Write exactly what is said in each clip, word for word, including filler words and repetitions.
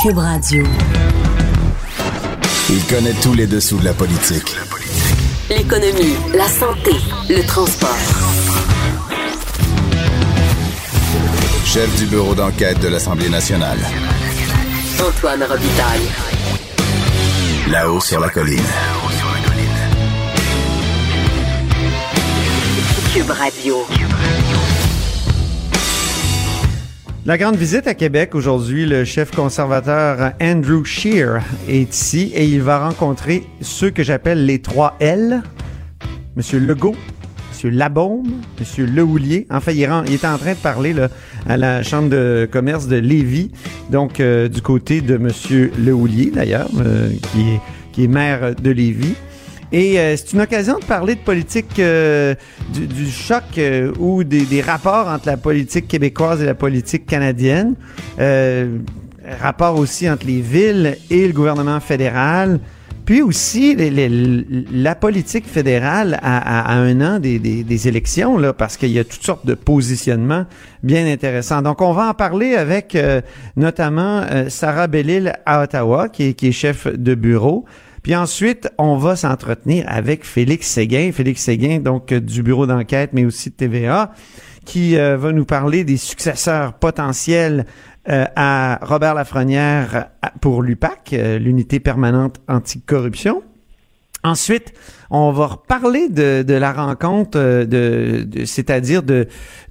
Cube Radio. Il connaît tous les dessous de la politique. L'économie, la santé, le transport. Chef du bureau d'enquête de l'Assemblée nationale. Antoine Robitaille. Là-haut sur la colline. Cube Radio. La grande visite à Québec aujourd'hui, le chef conservateur Andrew Scheer est ici et il va rencontrer ceux que j'appelle les trois L. Monsieur Legault, Monsieur Labaume, Monsieur Lehoulier. Enfin, il est, il est en train de parler là, à la Chambre de commerce de Lévis, donc euh, du côté de Monsieur Lehoulier d'ailleurs, euh, qui est, qui est maire de Lévis. Et euh, c'est une occasion de parler de politique, euh, du, du choc euh, ou des, des rapports entre la politique québécoise et la politique canadienne. Euh, rapport aussi entre les villes et le gouvernement fédéral. Puis aussi les, les, la politique fédérale à, à, à un an des, des, des élections, là, parce qu'il y a toutes sortes de positionnements bien intéressants. Donc, on va en parler avec euh, notamment euh, Sarah Bellil à Ottawa, qui est, qui est chef de bureau. Puis ensuite, on va s'entretenir avec Félix Séguin. Félix Séguin, donc du bureau d'enquête, mais aussi de T V A, qui euh, va nous parler des successeurs potentiels euh, à Robert Lafrenière pour l'U P A C, euh, l'unité permanente anticorruption. Ensuite, on va reparler de, de la rencontre, de, de c'est-à-dire de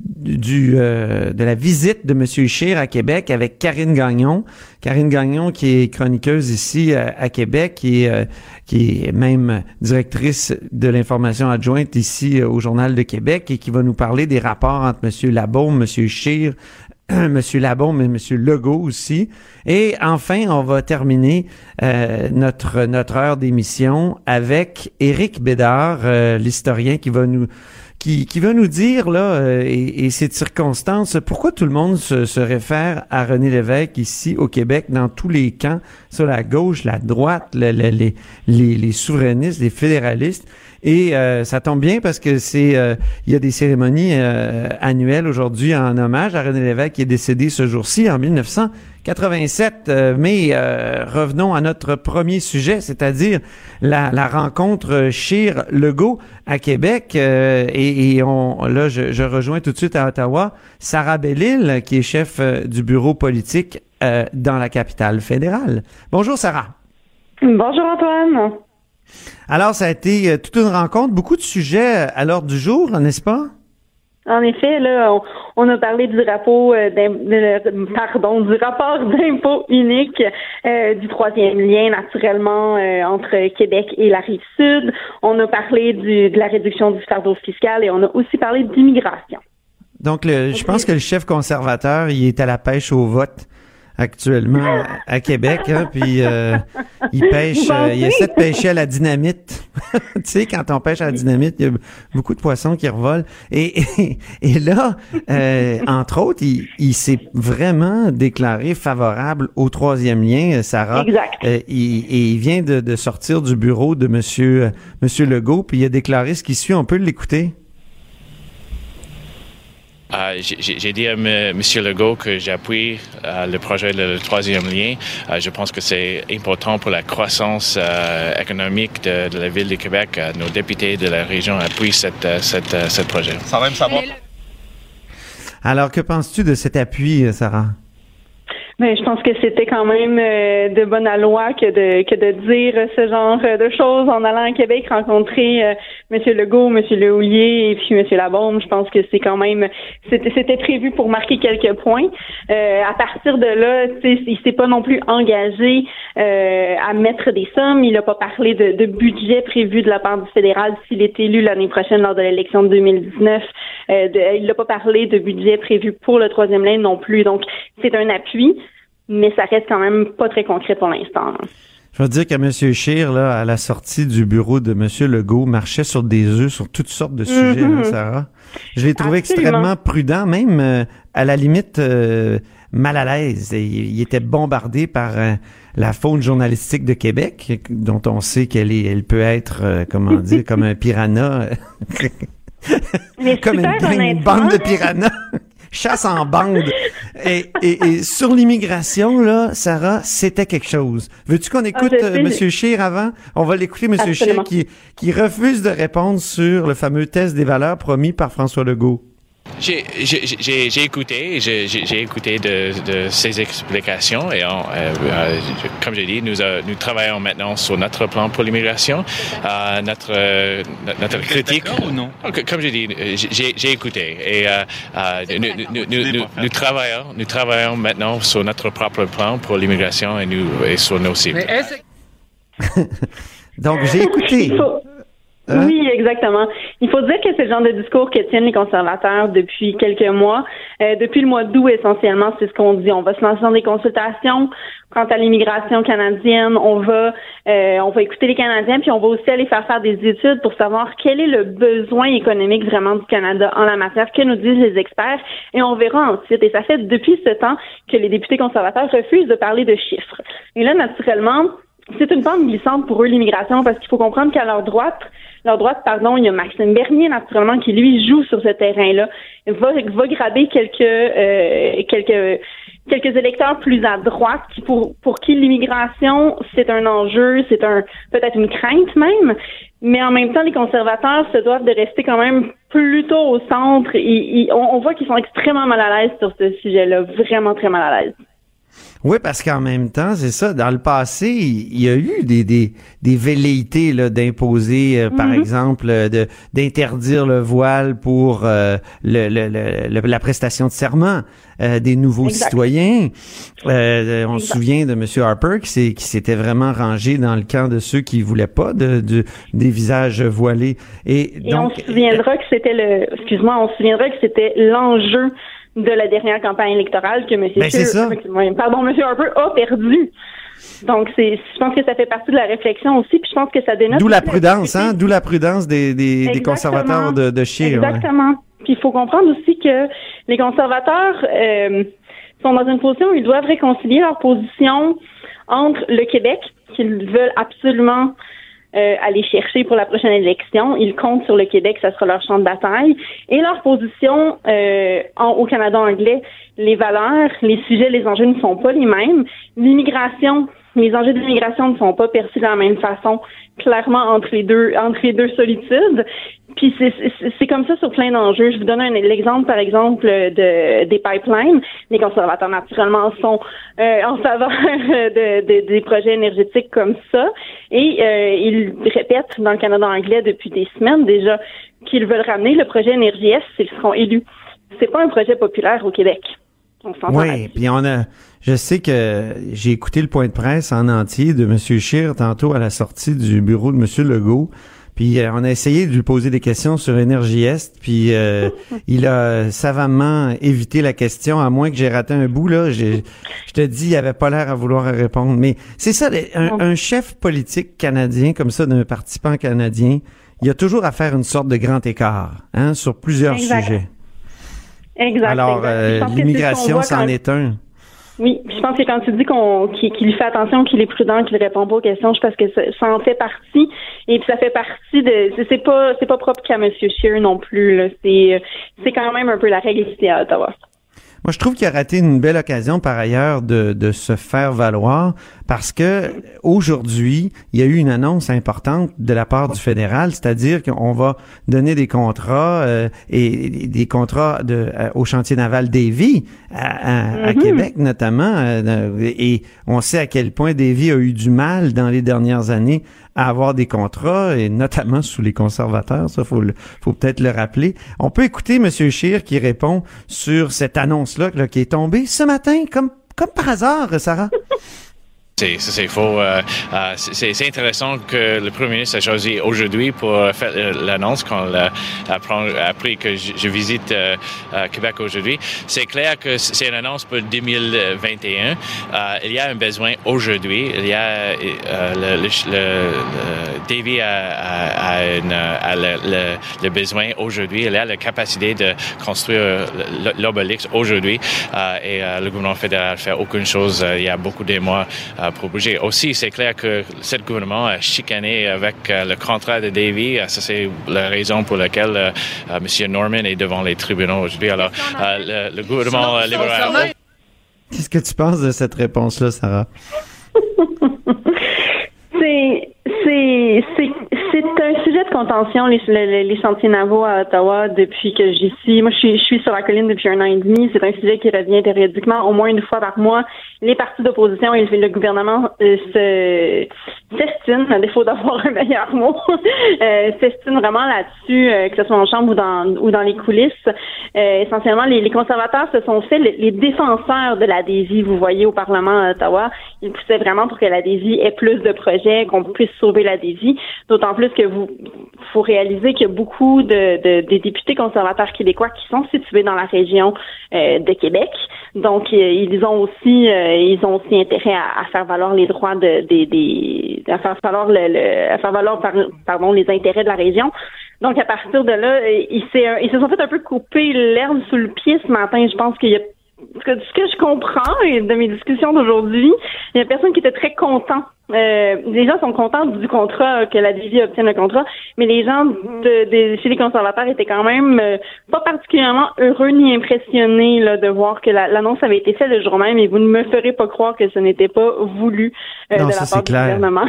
du euh, de la visite de M. Scheer à Québec avec Karine Gagnon. Karine Gagnon, qui est chroniqueuse ici à, à Québec, qui est, euh, qui est même directrice de l'information adjointe ici au Journal de Québec et qui va nous parler des rapports entre M. Labaume, M. Scheer, M. Labaume et M. Legault aussi. Et enfin, on va terminer euh, notre notre heure d'émission avec Éric Bédard, euh, l'historien qui va nous qui qui va nous dire là euh, et, et ces circonstances, pourquoi tout le monde se, se réfère à René Lévesque ici au Québec dans tous les camps, sur la gauche, la droite, le, le, les, les les souverainistes, les fédéralistes. Et euh, ça tombe bien parce que c'est euh, il y a des cérémonies euh, annuelles aujourd'hui en hommage à René Lévesque qui est décédé ce jour-ci en dix-neuf cent quatre-vingt-sept. Euh, mais euh, revenons à notre premier sujet, c'est-à-dire la, la rencontre Scheer-Legault à Québec. Euh, et, et on là, je, je rejoins tout de suite à Ottawa Sarah Bellil, qui est chef euh, du bureau politique euh, dans la capitale fédérale. Bonjour Sarah. Bonjour Antoine. Alors, ça a été euh, toute une rencontre, beaucoup de sujets à l'ordre du jour, n'est-ce pas? En effet, là, on, on a parlé du rapport, euh, de, pardon, du rapport d'impôt unique, euh, du troisième lien, naturellement, euh, entre Québec et la Rive-Sud. On a parlé du, de la réduction du fardeau fiscal et on a aussi parlé d'immigration. Donc, le, je pense que le chef conservateur, il est à la pêche au vote actuellement à Québec, hein, puis euh, il pêche, euh, il essaie de pêcher à la dynamite. Tu sais, quand on pêche à la dynamite, il y a beaucoup de poissons qui revolent. Et, et, et là, euh, entre autres, il, il s'est vraiment déclaré favorable au troisième lien, Sarah. Exact. Euh, il, et il vient de, de sortir du bureau de Monsieur, Monsieur Legault, puis il a déclaré ce qui suit. On peut l'écouter. Euh, j'ai, j'ai dit à M. Legault que j'appuie euh, le projet de le troisième lien. Euh, je pense que c'est important pour la croissance euh, économique de, de la Ville de Québec. Euh, nos députés de la région appuient cette, cette, euh, ce projet. Ça va me savoir. Alors, que penses-tu de cet appui, Sarah? Mais je pense que c'était quand même euh, de bonne loi que de que de dire ce genre de choses en allant à Québec rencontrer euh, M. Legault, M. Lehoulier et puis M. Labaume. Je pense que c'est quand même c'était c'était prévu pour marquer quelques points. Euh, à partir de là, il s'est pas non plus engagé euh, à mettre des sommes. Il n'a pas parlé de, de budget prévu de la part du fédéral s'il est élu l'année prochaine lors de l'élection de deux mille dix-neuf. Euh, de, il n'a pas parlé de budget prévu pour le troisième lien non plus. Donc c'est un appui. Mais ça reste quand même pas très concret pour l'instant. Je veux dire que M. Scheer, là, à la sortie du bureau de M. Legault, marchait sur des œufs sur toutes sortes de sujets, mm-hmm. hein, Sarah. Je l'ai trouvé Absolument. extrêmement prudent, même euh, à la limite euh, mal à l'aise. Il, il était bombardé par euh, la faune journalistique de Québec, dont on sait qu'elle est, elle peut être, euh, comment dire, comme un piranha. Mais comme une, une bande de piranhas. chasse en bande. Et, et, et sur l'immigration, là, Sarah, c'était quelque chose. Veux-tu qu'on écoute ah, euh, M. Scheer avant? On va l'écouter, M. Scheer, qui, qui refuse de répondre sur le fameux test des valeurs promis par François Legault. J'ai, j'ai, j'ai, j'ai écouté, j'ai, j'ai écouté de, de ces explications et on, euh, euh, comme j'ai dit, nous, euh, nous travaillons maintenant sur notre plan pour l'immigration, euh, notre, euh, notre Vous critique. êtes d'accord ou non? Comme j'ai dit, j'ai, j'ai écouté et euh, euh, nous, nous, nous, nous, nous travaillons, nous travaillons maintenant sur notre propre plan pour l'immigration et nous et sur nos cibles. Mais est-ce... Donc j'ai écouté. Hein? Oui, exactement. Il faut dire que c'est le genre de discours que tiennent les conservateurs depuis quelques mois. Euh, depuis le mois d'août, essentiellement, c'est ce qu'on dit. On va se lancer dans des consultations quant à l'immigration canadienne. On va euh, on va écouter les Canadiens, puis on va aussi aller faire faire des études pour savoir quel est le besoin économique vraiment du Canada en la matière, que nous disent les experts, et on verra ensuite. Et ça fait depuis ce temps que les députés conservateurs refusent de parler de chiffres. Et là, naturellement, c'est une pente glissante pour eux, l'immigration, parce qu'il faut comprendre qu'à leur droite, leur droite, pardon, il y a Maxime Bernier, naturellement, qui, lui, joue sur ce terrain-là, va, va graber quelques, euh, quelques, quelques électeurs plus à droite, qui pour, pour qui l'immigration, c'est un enjeu, c'est un, peut-être une crainte même, mais en même temps, les conservateurs se doivent de rester quand même plutôt au centre. Ils, ils, on, on voit qu'ils sont extrêmement mal à l'aise sur ce sujet-là, vraiment très mal à l'aise. Oui, parce qu'en même temps, c'est ça, dans le passé, il y a eu des des, des velléités là, d'imposer, euh, mm-hmm. par exemple, de d'interdire le voile pour euh, le, le, le, le la prestation de serment euh, des nouveaux exact. citoyens. Euh, on exact. se souvient de M. Harper qui s'est qui s'était vraiment rangé dans le camp de ceux qui voulaient pas de, de des visages voilés. Et, Et donc, on se souviendra que c'était le, excuse-moi, on se souviendra que c'était l'enjeu de la dernière campagne électorale que M. Ben, Scheer, pardon, M. Harper a perdu. Donc, c'est, je pense que ça fait partie de la réflexion aussi, puis je pense que ça dénote... D'où la prudence, hein? D'où la prudence des, des, des conservateurs de, de Scheer. Exactement. Ouais. Puis il faut comprendre aussi que les conservateurs euh, sont dans une position où ils doivent réconcilier leur position entre le Québec, qu'ils veulent absolument... Euh, aller chercher pour la prochaine élection. Ils comptent sur le Québec, ça sera leur champ de bataille. Et leur position euh, en, au Canada anglais, les valeurs, les sujets, les enjeux ne sont pas les mêmes. L'immigration, les enjeux de l'immigration ne sont pas perçus de la même façon, clairement entre les deux, entre les deux solitudes. Puis c'est, c'est, c'est comme ça sur plein d'enjeux. Je vous donne un, l'exemple, par exemple, de des pipelines. Les conservateurs, naturellement, sont euh, en faveur de, de, des projets énergétiques comme ça. Et euh, ils répètent dans le Canada anglais depuis des semaines déjà qu'ils veulent ramener le projet Énergie Est s'ils seront élus. C'est pas un projet populaire au Québec. On s'entend. Oui, puis on a... Je sais que j'ai écouté le point de presse en entier de M. Scheer tantôt à la sortie du bureau de M. Legault. Puis euh, on a essayé de lui poser des questions sur Énergie Est, puis euh, il a savamment évité la question, à moins que j'ai raté un bout, là. J'ai, je te dis, il avait pas l'air à vouloir répondre. Mais c'est ça, un, un chef politique canadien, comme ça, d'un parti pan-canadien, il a toujours à faire une sorte de grand écart, hein, sur plusieurs exact. sujets. Exact. Alors, euh, l'immigration, c'en quand... est un. Oui, je pense que quand tu dis qu'on qu'il, qu'il fait attention, qu'il est prudent, qu'il répond pas aux questions, je pense que ça, ça en fait partie. Et puis ça fait partie de c'est, c'est pas c'est pas propre qu'à M. Scheer non plus. Là. C'est c'est quand même un peu la règle ici à Ottawa. Moi, je trouve qu'il a raté une belle occasion, par ailleurs, de, de se faire valoir, parce que aujourd'hui, il y a eu une annonce importante de la part du fédéral, c'est-à-dire qu'on va donner des contrats euh, et des contrats de euh, au chantier naval Davie à, à, à mm-hmm. Québec notamment, euh, et on sait à quel point Davie a eu du mal dans les dernières années à avoir des contrats, et notamment sous les conservateurs, ça faut le, faut peut-être le rappeler. On peut écouter M. Scheer qui répond sur cette annonce-là là, qui est tombée ce matin, comme comme par hasard, Sarah. C'est, c'est, c'est faux. Euh, euh, c'est, c'est intéressant que le premier ministre a choisi aujourd'hui pour faire l'annonce quand l'a appris que je, je visite euh, euh, Québec aujourd'hui. C'est clair que c'est une annonce pour deux mille vingt et un. Euh, il y a un besoin aujourd'hui. Il y a euh, le, le, le, le Davie a, a, a, une, a le, le, le besoin aujourd'hui. Il a la capacité de construire l'Obélix aujourd'hui. Euh, et euh, le gouvernement fédéral fait aucune chose. Euh, il y a beaucoup de mois. Euh, euh, pour bouger. Aussi, c'est clair que ce gouvernement a chicané avec euh, le contrat de Davy. Ça, c'est la raison pour laquelle euh, euh, M. Norman est devant les tribunaux aujourd'hui. Alors, euh, le, le gouvernement euh, libéral... Qu'est-ce que tu penses de cette réponse-là, Sarah? c'est, c'est, c'est, c'est un sujet de contention, les, les, les chantiers navaux à Ottawa, depuis que j'y suis. Moi, je suis, je suis sur la colline depuis un an et demi. C'est un sujet qui revient périodiquement, au moins une fois par mois. Les partis d'opposition et le gouvernement euh, se s'estinent, à défaut d'avoir un meilleur mot, euh, s'estinent vraiment là-dessus, euh, que ce soit en chambre ou dans ou dans les coulisses. Euh, essentiellement, les, les conservateurs se sont fait les, les défenseurs de la D V I, vous voyez, au Parlement à Ottawa. Ils poussaient vraiment pour que la D V I ait plus de projets, qu'on puisse sauver la D V I. D'autant plus que vous faut réaliser qu'il y a beaucoup de, de des députés conservateurs québécois qui sont situés dans la région euh, de Québec. Donc, euh, ils ont aussi euh, ils ont aussi intérêt à, à faire valoir les droits de des des à faire valoir le, le à faire valoir par, pardon les intérêts de la région. Donc, à partir de là, ils, ils se sont fait un peu couper l'herbe sous le pied ce matin. Je pense qu'il y a ce que, ce que je comprends de mes discussions d'aujourd'hui, il y a personne qui était très content. Euh, les gens sont contents du contrat, que la D V I obtienne le contrat, mais les gens de, de chez les conservateurs étaient quand même euh, pas particulièrement heureux ni impressionnés là, de voir que la, l'annonce avait été faite le jour même, et vous ne me ferez pas croire que ce n'était pas voulu euh, non, de ça, la part du gouvernement.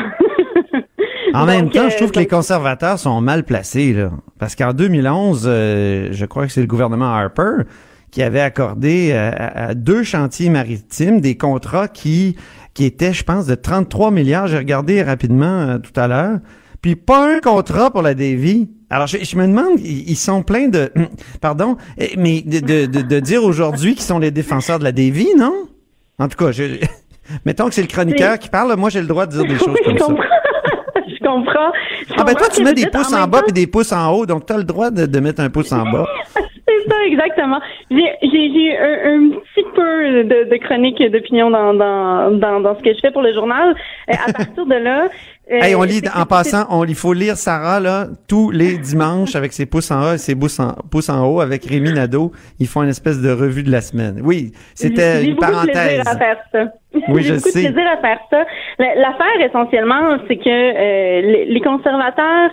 En donc, même temps, euh, je trouve donc... que les conservateurs sont mal placés, là, parce qu'en deux mille onze, euh, je crois que c'est le gouvernement Harper qui avait accordé à, à deux chantiers maritimes des contrats qui qui étaient, je pense, de trente-trois milliards. J'ai regardé rapidement euh, tout à l'heure. Puis pas un contrat pour la D V I. Alors, je, je me demande, ils, ils sont pleins de... Pardon, mais de, de, de, de dire aujourd'hui qu'ils sont les défenseurs de la D V I, non? En tout cas, je, mettons que c'est le chroniqueur c'est... qui parle. Moi, j'ai le droit de dire des choses comme ça. Je comprends. Je ah ben toi, tu mets des pouces en, en bas temps... et des pouces en haut, donc tu as le droit de, de mettre un pouce en bas. C'est ça, exactement. J'ai, j'ai, j'ai un, un petit peu de, de chronique d'opinion dans, dans, dans, dans ce que je fais pour le journal. Euh, à partir de là... Euh, hey, on lit, en c'est, passant, on, il faut lire Sarah, là, tous les dimanches avec ses pouces en haut et ses pouces en, pouces en haut avec Rémi Nadeau. Ils font une espèce de revue de la semaine. Oui, c'était j'ai une parenthèse. J'ai beaucoup de plaisir à faire ça. Oui, j'ai je beaucoup sais. de plaisir à faire ça. L'affaire, essentiellement, c'est que euh, les, les conservateurs...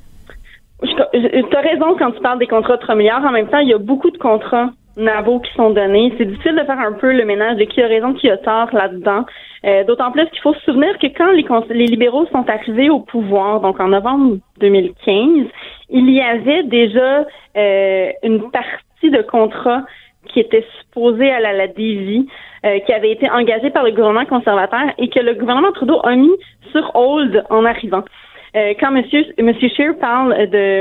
Tu as raison quand tu parles des contrats de trois milliards. En même temps, il y a beaucoup de contrats navaux qui sont donnés. C'est difficile de faire un peu le ménage de qui a raison, qui a tort là-dedans. Euh, d'autant plus qu'il faut se souvenir que quand les, les libéraux sont arrivés au pouvoir, donc en novembre deux mille quinze, il y avait déjà euh, une partie de contrats qui était supposée à la, la D V I, euh, qui avait été engagée par le gouvernement conservateur et que le gouvernement Trudeau a mis sur hold en arrivant. Euh, quand Monsieur Monsieur Scheer parle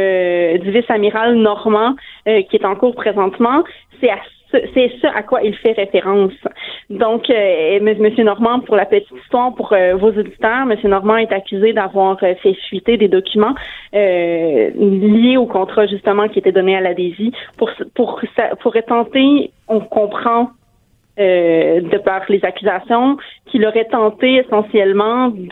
de du vice-amiral Normand euh, qui est en cours présentement, c'est à ce, c'est ça à quoi il fait référence. Donc, euh, Monsieur Normand, pour la petite histoire, pour euh, vos auditeurs, Monsieur Normand est accusé d'avoir euh, fait fuiter des documents euh, liés au contrat justement qui était donné à la D V I pour pour pour tenter, on comprend. Euh, de par les accusations, qu'il aurait tenté essentiellement de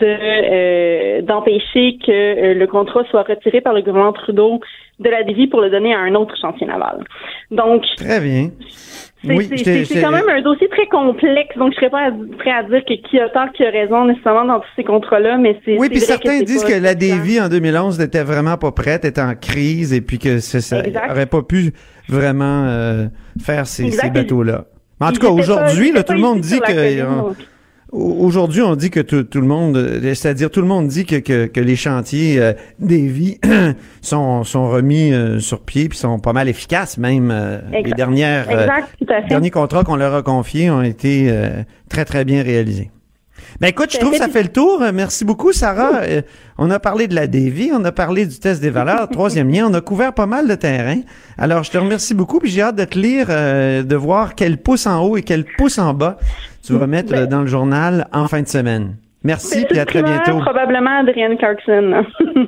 euh, d'empêcher que euh, le contrat soit retiré par le gouvernement Trudeau de la D V I pour le donner à un autre chantier naval. Donc, très bien. C'est, oui, c'est, c'est, c'est quand même un dossier très complexe, donc je serais pas prêt à dire que qui a tort, qui a raison nécessairement dans tous ces contrats-là, mais c'est oui, c'est puis vrai certains que disent pas que la D V I en deux mille onze n'était vraiment pas prête, était en crise, et puis que ça, ça aurait pas pu vraiment euh, faire ces, ces bateaux-là. En tout cas, aujourd'hui, là, tout le monde dit que... On, aujourd'hui, on dit que tout, tout le monde... C'est-à-dire, tout le monde dit que, que, que les chantiers euh, des vies sont, sont remis euh, sur pied puis sont pas mal efficaces, même. Euh, les dernières, exact, tout à fait. Les derniers contrats qu'on leur a confiés ont été euh, très, très bien réalisés. Ben écoute, je trouve que ça fait le tour. Merci beaucoup, Sarah. Euh, on a parlé de la D V I, on a parlé du test des valeurs, troisième lien. On a couvert pas mal de terrain. Alors, je te remercie beaucoup, puis j'ai hâte de te lire, euh, de voir quel pouce en haut et quel pouce en bas tu vas mettre ben, dans le journal en fin de semaine. Merci, puis à très bientôt. Probablement Adrienne Clarkson.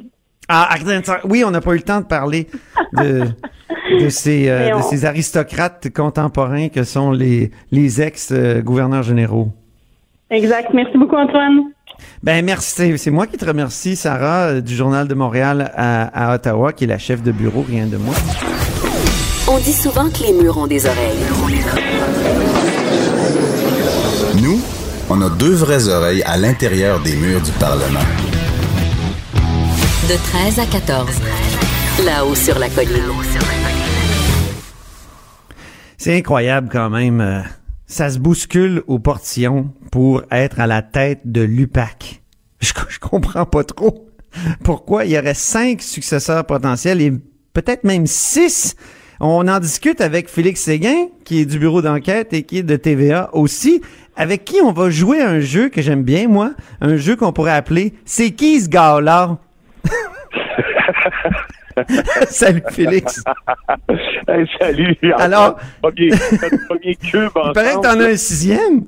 Ah, oui, on n'a pas eu le temps de parler de, de, ces, euh, on... de ces aristocrates contemporains que sont les, les ex-gouverneurs généraux. Exact. Merci beaucoup, Antoine. Ben merci. C'est moi qui te remercie, Sarah, du Journal de Montréal à, à Ottawa, qui est la chef de bureau, rien de moins. On dit souvent que les murs ont des oreilles. Nous, on On a deux vraies oreilles à l'intérieur des murs du Parlement. De treize à quatorze, là-haut sur la colline. C'est incroyable quand même. Euh, ça se bouscule au portillon pour être à la tête de l'U P A C. Je, je comprends pas trop pourquoi il y aurait cinq successeurs potentiels et peut-être même six. On en discute avec Félix Séguin, qui est du bureau d'enquête et qui est de T V A aussi, avec qui on va jouer un jeu que j'aime bien, moi, un jeu qu'on pourrait appeler « C'est qui ce gars-là? » Salut Félix. Hey, salut. Alors, premier, premier cube il paraît que t'en as un sixième.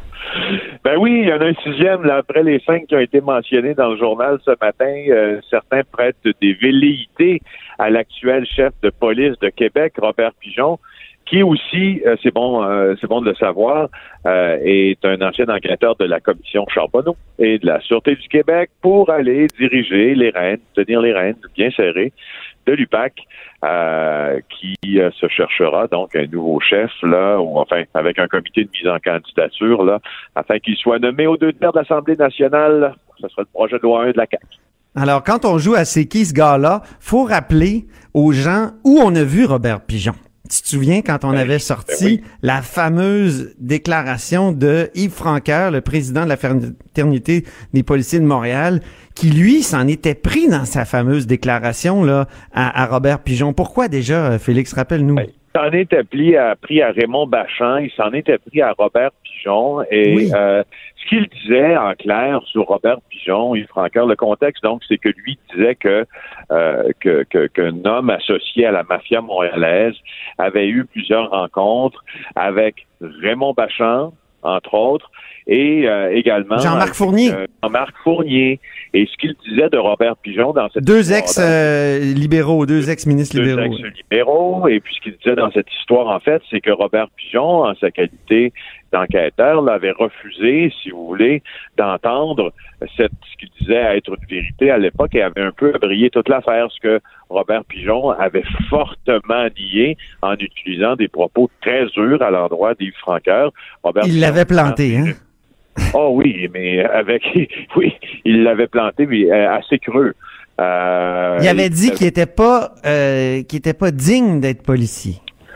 Ben oui, il y en a un sixième, là, après les cinq qui ont été mentionnés dans le journal ce matin. Euh, certains prêtent des velléités à l'actuel chef de police de Québec, Robert Pigeon, qui aussi, euh, c'est bon, euh, c'est bon de le savoir, euh, est un ancien enquêteur de la commission Charbonneau et de la Sûreté du Québec pour aller diriger les rênes, tenir les rênes bien serrées de l'U P A C, euh, qui euh, se cherchera donc un nouveau chef, là, ou enfin, avec un comité de mise en candidature, là, afin qu'il soit nommé aux deux tiers de l'Assemblée nationale. Ce sera le projet de loi un de la C A Q. Alors, quand on joue à C'est qui ce gars-là, faut rappeler aux gens où on a vu Robert Pigeon. Tu te souviens quand on ben, avait sorti ben oui. la fameuse déclaration de Yves Franqueur, le président de la Fraternité des policiers de Montréal, qui, lui, s'en était pris dans sa fameuse déclaration là à, à Robert Pigeon. Pourquoi déjà, Félix? Rappelle-nous. Ben, il s'en était pris à, pris à Raymond Bachand, il s'en était pris à Robert Pigeon. Et oui. euh, ce qu'il disait, en clair, sur Robert Pigeon, Yves Franqueur, le contexte, donc, c'est que lui disait que, euh, que, que qu'un homme associé à la mafia montréalaise avait eu plusieurs rencontres avec Raymond Bachand, entre autres, et euh, également Jean-Marc Fournier. Euh, Jean-Marc Fournier. Et ce qu'il disait de Robert Pigeon dans cette deux ex-libéraux, euh, deux ex-ministres deux libéraux. Deux ex-libéraux. Et puis ce qu'il disait dans cette histoire, en fait, c'est que Robert Pigeon, en sa qualité d'enquêteur, l'avait refusé, si vous voulez, d'entendre cette, ce qu'il disait être une vérité à l'époque et avait un peu brillé toute l'affaire, ce que Robert Pigeon avait fortement nié en utilisant des propos très durs à l'endroit d'Yves Franqueur. Robert Il Pigeon, l'avait planté, hein? Oh oui, mais avec oui, il l'avait planté, mais assez creux. Euh, il avait dit il, qu'il était pas euh, qu'il était pas digne d'être policier.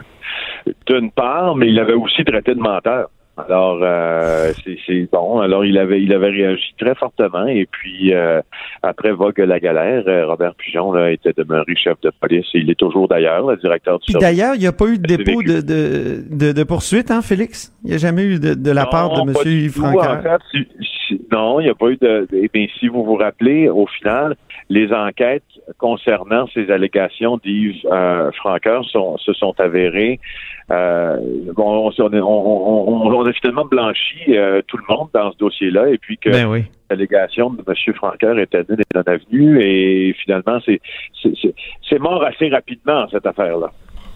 D'une part, mais il avait aussi traité de menteur. Alors euh, c'est, c'est bon. Alors il avait il avait réagi très fortement et puis euh, après vogue la galère, Robert Pigeon là était demeuré chef de police et il est toujours d'ailleurs le directeur du service. Puis d'ailleurs, il n'y a pas eu de dépôt de de, de de poursuite, hein, Félix? Il n'y a jamais eu de, de la non, part de M. Yves Franqueur. En fait, si, si, non, il n'y a pas eu de. Eh bien, si vous vous rappelez, au final, les enquêtes concernant ces allégations d'Yves euh, Franqueur sont, se sont avérées. Euh, bon, on, on, on, on a finalement blanchi euh, tout le monde dans ce dossier-là, et puis que ben oui. l'allégation de M. Franqueur était nulle et non avenue, et finalement, c'est, c'est, c'est, c'est mort assez rapidement, cette affaire-là.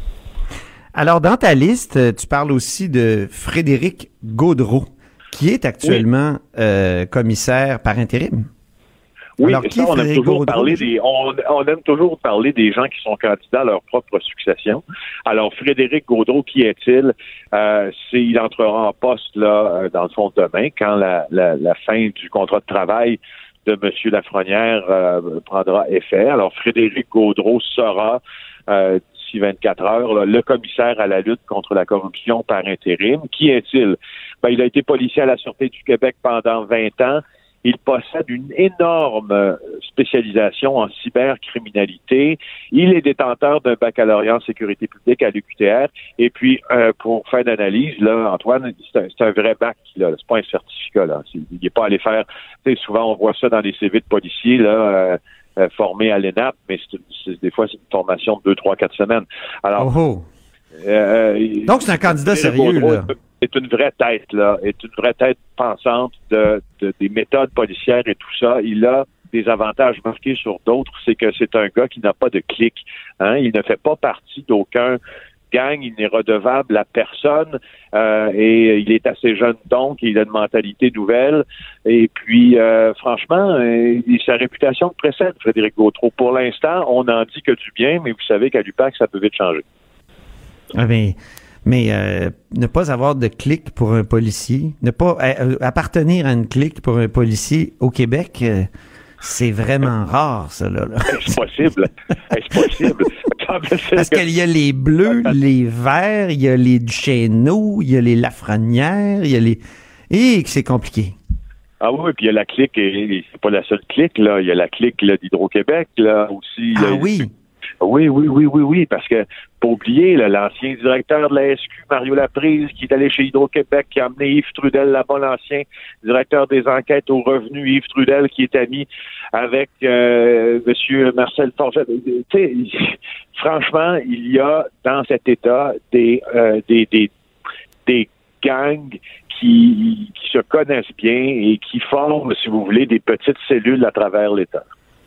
Alors, dans ta liste, tu parles aussi de Frédéric Gaudreault, qui est actuellement oui. euh, commissaire par intérim. Oui, Alors, ça, on aime toujours parler des, on, on aime toujours parler des gens qui sont candidats à leur propre succession. Alors, Frédéric Gaudreault, qui est-il? Euh, c'est, il entrera en poste, là, dans le fond, demain, quand la, la, la fin du contrat de travail de M. Lafrenière euh, prendra effet. Alors, Frédéric Gaudreault sera, euh, d'ici vingt-quatre heures, là, le commissaire à la lutte contre la corruption par intérim. Qui est-il? Ben, il a été policier à la Sûreté du Québec pendant vingt ans. Il possède une énorme spécialisation en cybercriminalité. Il est détenteur d'un baccalauréat en sécurité publique à l'U Q T R. Et puis, euh, pour faire d'analyse, là, Antoine, c'est un, c'est un vrai bac qu'il a. C'est pas un certificat, là. C'est, il n'est pas allé faire... Tu sais, souvent, on voit ça dans les C V de policiers, là, euh, euh, formés à l'E N A P, mais c'est, c'est, des fois, c'est une formation de deux, trois, quatre semaines. Alors... Oh oh. Euh, Donc, c'est un candidat sérieux, là. C'est une vraie tête, là. C'est une vraie tête pensante de, de, des méthodes policières et tout ça. Il a des avantages marqués sur d'autres. C'est que c'est un gars qui n'a pas de clic. Hein? Il ne fait pas partie d'aucun gang. Il n'est redevable à personne. Euh, et il est assez jeune, donc. Il a une mentalité nouvelle. Et puis, euh, franchement, euh, sa réputation précède Frédéric Gaudreault. Pour l'instant, on n'en dit que du bien, mais vous savez qu'à l'U P A C, ça peut vite changer. Ah, mais... Mais euh, ne pas avoir de clique pour un policier, ne pas euh, appartenir à une clique pour un policier au Québec, euh, c'est vraiment rare, ça, là. là. Est-ce possible? Est-ce possible? Parce qu'il y a les bleus, les verts, il y a les Duchesneau, il y a les Lafrenière, il y a les... Et que c'est compliqué. Ah oui, puis il y a la clique, et c'est pas la seule clique, là. Il y a la clique là, d'Hydro-Québec, là, aussi. Ah là, oui? Oui, oui, oui, oui, oui, parce que, pas oublier, là, l'ancien directeur de la S Q, Mario Laprise, qui est allé chez Hydro-Québec, qui a amené Yves Trudel là-bas, l'ancien directeur des enquêtes aux revenus, Yves Trudel, qui est ami avec euh, Monsieur Marcel Forget. Tu sais, franchement, il y a dans cet État des, euh, des, des, des gangs qui, qui se connaissent bien et qui forment, si vous voulez, des petites cellules à travers l'État.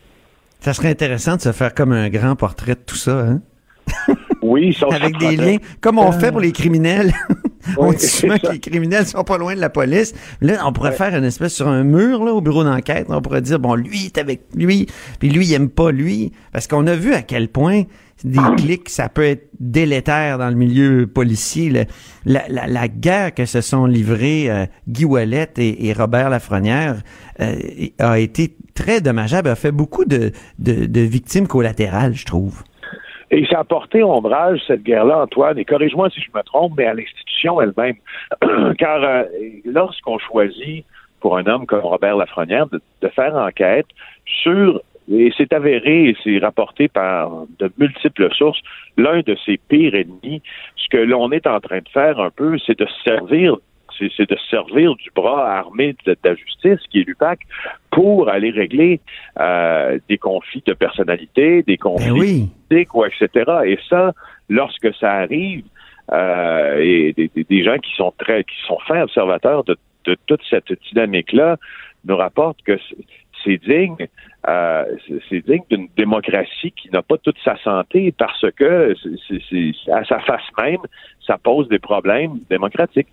Ça serait intéressant de se faire comme un grand portrait de tout ça, hein? Oui, ça avec des liens, comme on fait pour les criminels. On oui, dit souvent que les criminels sont pas loin de la police. Là, on pourrait ouais. faire une espèce sur un mur là au bureau d'enquête. On pourrait dire, bon, lui, il est avec lui, puis lui, il aime pas lui. Parce qu'on a vu à quel point des clics, ça peut être délétère dans le milieu policier. Le, la, la, la guerre que se sont livrés euh, Guy Ouellet et, et Robert Lafrenière euh, a été très dommageable, a fait beaucoup de, de, de victimes collatérales, je trouve. Et ça a porté ombrage, cette guerre-là, Antoine, et corrige-moi si je me trompe, mais à l'institution elle-même. Car euh, lorsqu'on choisit, pour un homme comme Robert Lafrenière, de, de faire enquête sur, et c'est avéré et c'est rapporté par de multiples sources, l'un de ses pires ennemis, ce que l'on est en train de faire un peu, c'est de se servir C'est, c'est de se servir du bras armé de, de la justice, qui est l'U P A C, pour aller régler euh, des conflits de personnalité, des conflits oui. politiques, ou et cetera. Et ça, lorsque ça arrive, euh, et des, des, des gens qui sont très, qui sont fins observateurs de, de toute cette dynamique-là, nous rapportent que c'est, c'est digne, euh, c'est, c'est digne d'une démocratie qui n'a pas toute sa santé, parce que c'est, c'est, c'est, à sa face même, ça pose des problèmes démocratiques.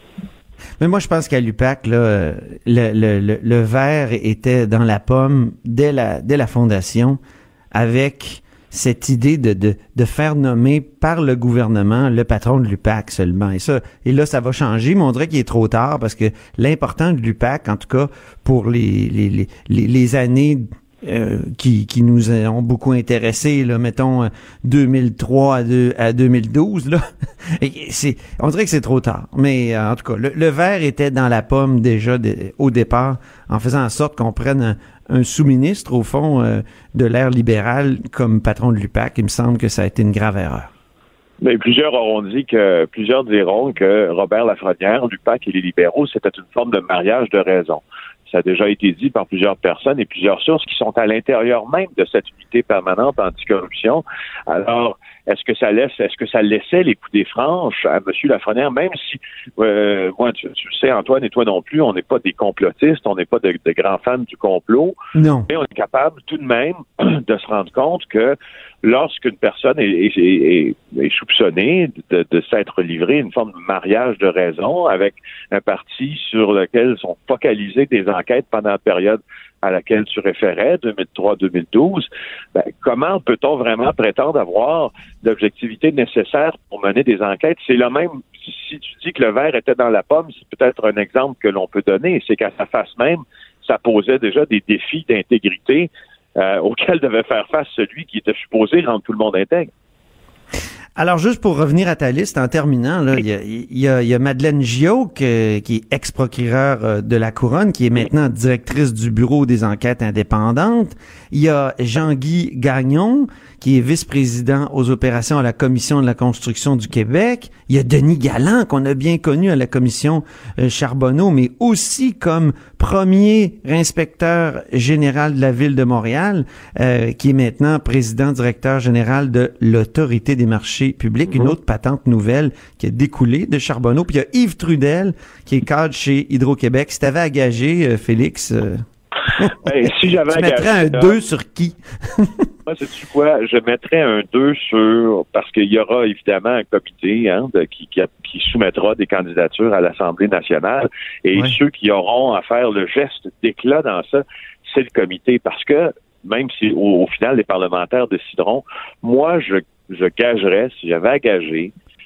Mais moi, je pense qu'à l'U P A C, là, le, le, le, le verre était dans la pomme dès la, dès la fondation, avec cette idée de, de, de faire nommer par le gouvernement le patron de l'U P A C seulement. Et ça, et là, ça va changer, mais on dirait qu'il est trop tard, parce que l'important de l'U P A C, en tout cas, pour les, les, les, les, les années Euh, qui, qui nous ont beaucoup intéressés, là, mettons deux mille trois à, deux, à deux mille douze, là. Et c'est, on dirait que c'est trop tard. Mais euh, en tout cas, le, le verre était dans la pomme déjà de, au départ, en faisant en sorte qu'on prenne un, un sous-ministre, au fond, euh, de l'ère libérale comme patron de l'U P A C. Il me semble que ça a été une grave erreur. Mais plusieurs auront dit que, plusieurs diront que Robert Lafrenière, l'U P A C et les libéraux, c'était une forme de mariage de raison. Ça a déjà été dit par plusieurs personnes et plusieurs sources qui sont à l'intérieur même de cette unité permanente anticorruption. Alors, est-ce que ça laisse, est-ce que ça laissait les coudées franches à M. Lafrenière, même si, euh, moi, tu, tu sais, Antoine et toi non plus, on n'est pas des complotistes, on n'est pas de, de grands fans du complot. Non. Mais on est capable tout de même de se rendre compte que lorsqu'une personne est, est, est, est soupçonnée de, de s'être livrée une forme de mariage de raison avec un parti sur lequel sont focalisées des enquêtes pendant la période à laquelle tu référais, deux mille trois deux mille douze, ben, comment peut-on vraiment prétendre avoir l'objectivité nécessaire pour mener des enquêtes? C'est le même, si tu dis que le verre était dans la pomme, c'est peut-être un exemple que l'on peut donner, c'est qu'à sa face même, ça posait déjà des défis d'intégrité euh, auxquels devait faire face celui qui était supposé rendre tout le monde intègre. Alors, juste pour revenir à ta liste, en terminant, là, il y a, y a, y a Madeleine Gioux, que, qui est ex-procureure de la Couronne, qui est maintenant directrice du Bureau des enquêtes indépendantes. Il y a Jean-Guy Gagnon, qui est vice-président aux opérations à la Commission de la construction du Québec. Il y a Denis Galland, qu'on a bien connu à la Commission euh, Charbonneau, mais aussi comme premier inspecteur général de la Ville de Montréal, euh, qui est maintenant président-directeur général de l'Autorité des marchés publics, mmh. Une autre patente nouvelle qui a découlé de Charbonneau. Puis il y a Yves Trudel, qui est cadre chez Hydro-Québec. Si t'avais à gager, euh, Félix... Euh, ben, si j'avais tu mettrais un deux sur qui? Moi, sais-tu quoi? Je mettrais un deux sur, parce qu'il y aura évidemment un comité hein, de, qui, qui, qui soumettra des candidatures à l'Assemblée nationale, et ouais. Ceux qui auront à faire le geste d'éclat dans ça, c'est le comité, parce que même si au, au final les parlementaires décideront, moi je, je gagerais, si j'avais à gager,